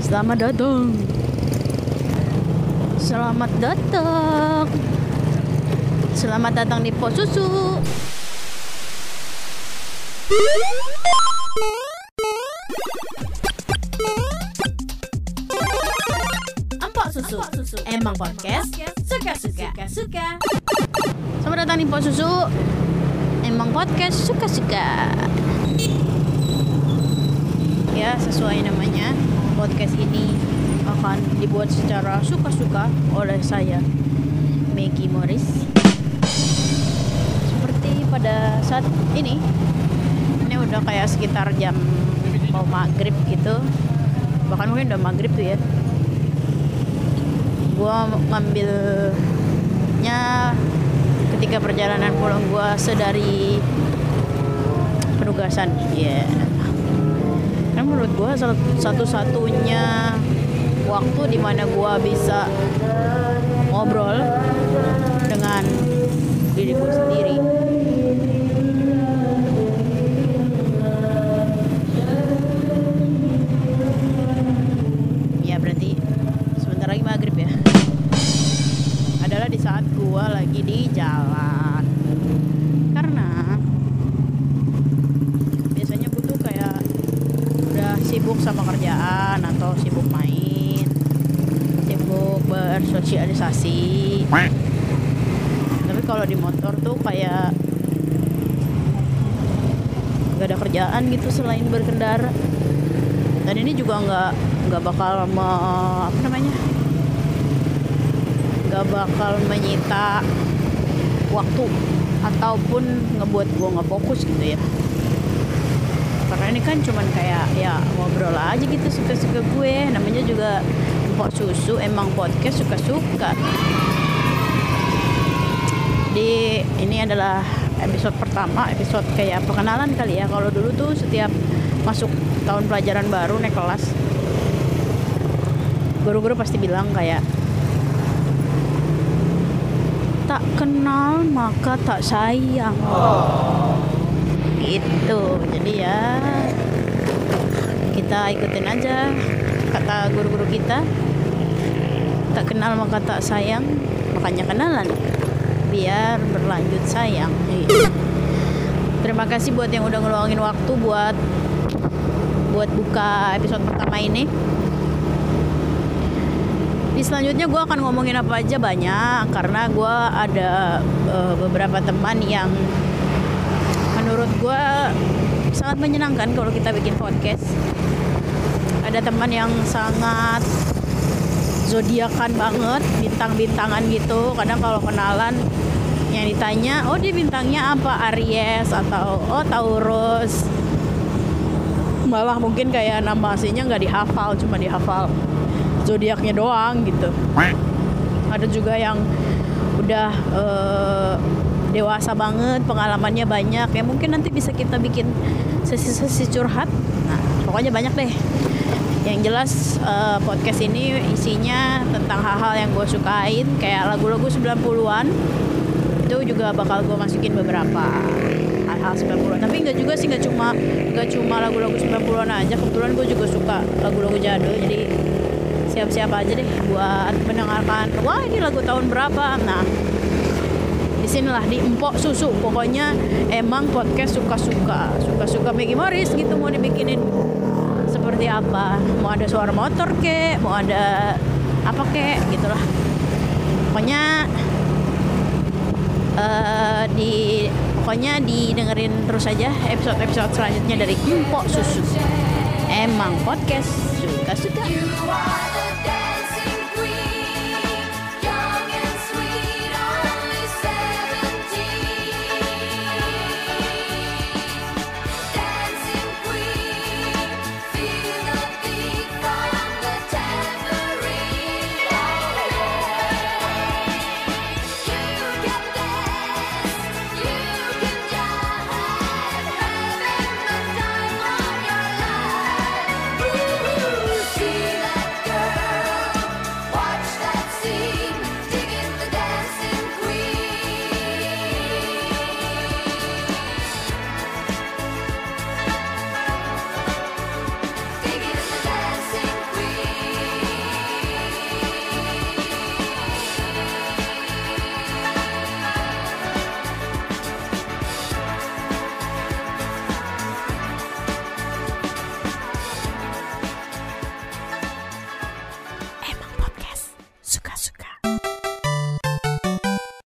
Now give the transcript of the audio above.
Selamat datang. Selamat datang. Selamat datang di Pos Susu. Empok Susu. Emang podcast suka-suka. Selamat datang di Pos Susu. Emang podcast suka-suka. Ya, sesuai namanya, podcast ini akan dibuat secara suka-suka oleh saya, Maggie Morris. Seperti pada saat ini udah kayak sekitar jam mau maghrib gitu, bahkan mungkin udah maghrib tuh ya. Gua ngambilnya ketika perjalanan pulang gua sedari penugasan, ya. Kan menurut gue satu-satunya waktu dimana gue bisa ngobrol dengan diri gue sendiri. Ya berarti sebentar lagi maghrib ya. Adalah di saat gue lagi di jalan. Karena biasanya butuh kayak sibuk sama kerjaan atau sibuk main, sibuk bersosialisasi. Tapi kalau di motor tuh kayak gak ada kerjaan gitu selain berkendara. Dan ini juga nggak bakal nggak bakal menyita waktu ataupun ngebuat gua nggak fokus gitu ya. Karena ini kan cuman kayak ya ngobrol aja gitu, suka-suka gue. Namanya juga Empok Susu, emang podcast suka-suka. Ini adalah episode pertama, episode kayak perkenalan kali ya. Kalau dulu tuh setiap masuk tahun pelajaran baru naik kelas, guru-guru pasti bilang kayak, tak kenal maka tak sayang. Gitu. Jadi ya kita ikutin aja kata guru-guru kita, tak kenal maka tak sayang, makanya kenalan biar berlanjut sayang. Terima kasih buat yang udah ngeluangin waktu buat buka episode pertama ini. Di selanjutnya gue akan ngomongin apa aja banyak, karena gue ada beberapa teman yang menurut gue sangat menyenangkan kalau kita bikin podcast. Ada teman yang sangat zodiakan banget, bintang-bintangan gitu. Kadang kalau kenalan yang ditanya, oh dia bintangnya apa, Aries atau oh Taurus. Malah mungkin kayak nama aslinya nggak dihafal, cuma dihafal zodiaknya doang gitu. Ada juga yang udah dewasa banget, pengalamannya banyak ya, mungkin nanti bisa kita bikin sesi-sesi curhat. Nah pokoknya banyak deh. Yang jelas podcast ini isinya tentang hal-hal yang gue sukain, kayak lagu-lagu 90-an. Itu juga bakal gue masukin beberapa hal-hal 90-an. Tapi enggak juga sih, enggak cuma lagu-lagu 90-an aja. Kebetulan gue juga suka lagu-lagu jadul. Jadi siap-siap aja deh buat mendengarkan, wah ini lagu tahun berapa. Nah disinilah di Empok Susu, pokoknya emang podcast suka-suka Maggie Morris gitu. Mau dibikinin seperti apa, mau ada suara motor kek, mau ada apa kek gitulah, pokoknya didengerin terus aja episode selanjutnya dari Empok Susu, emang podcast suka-suka.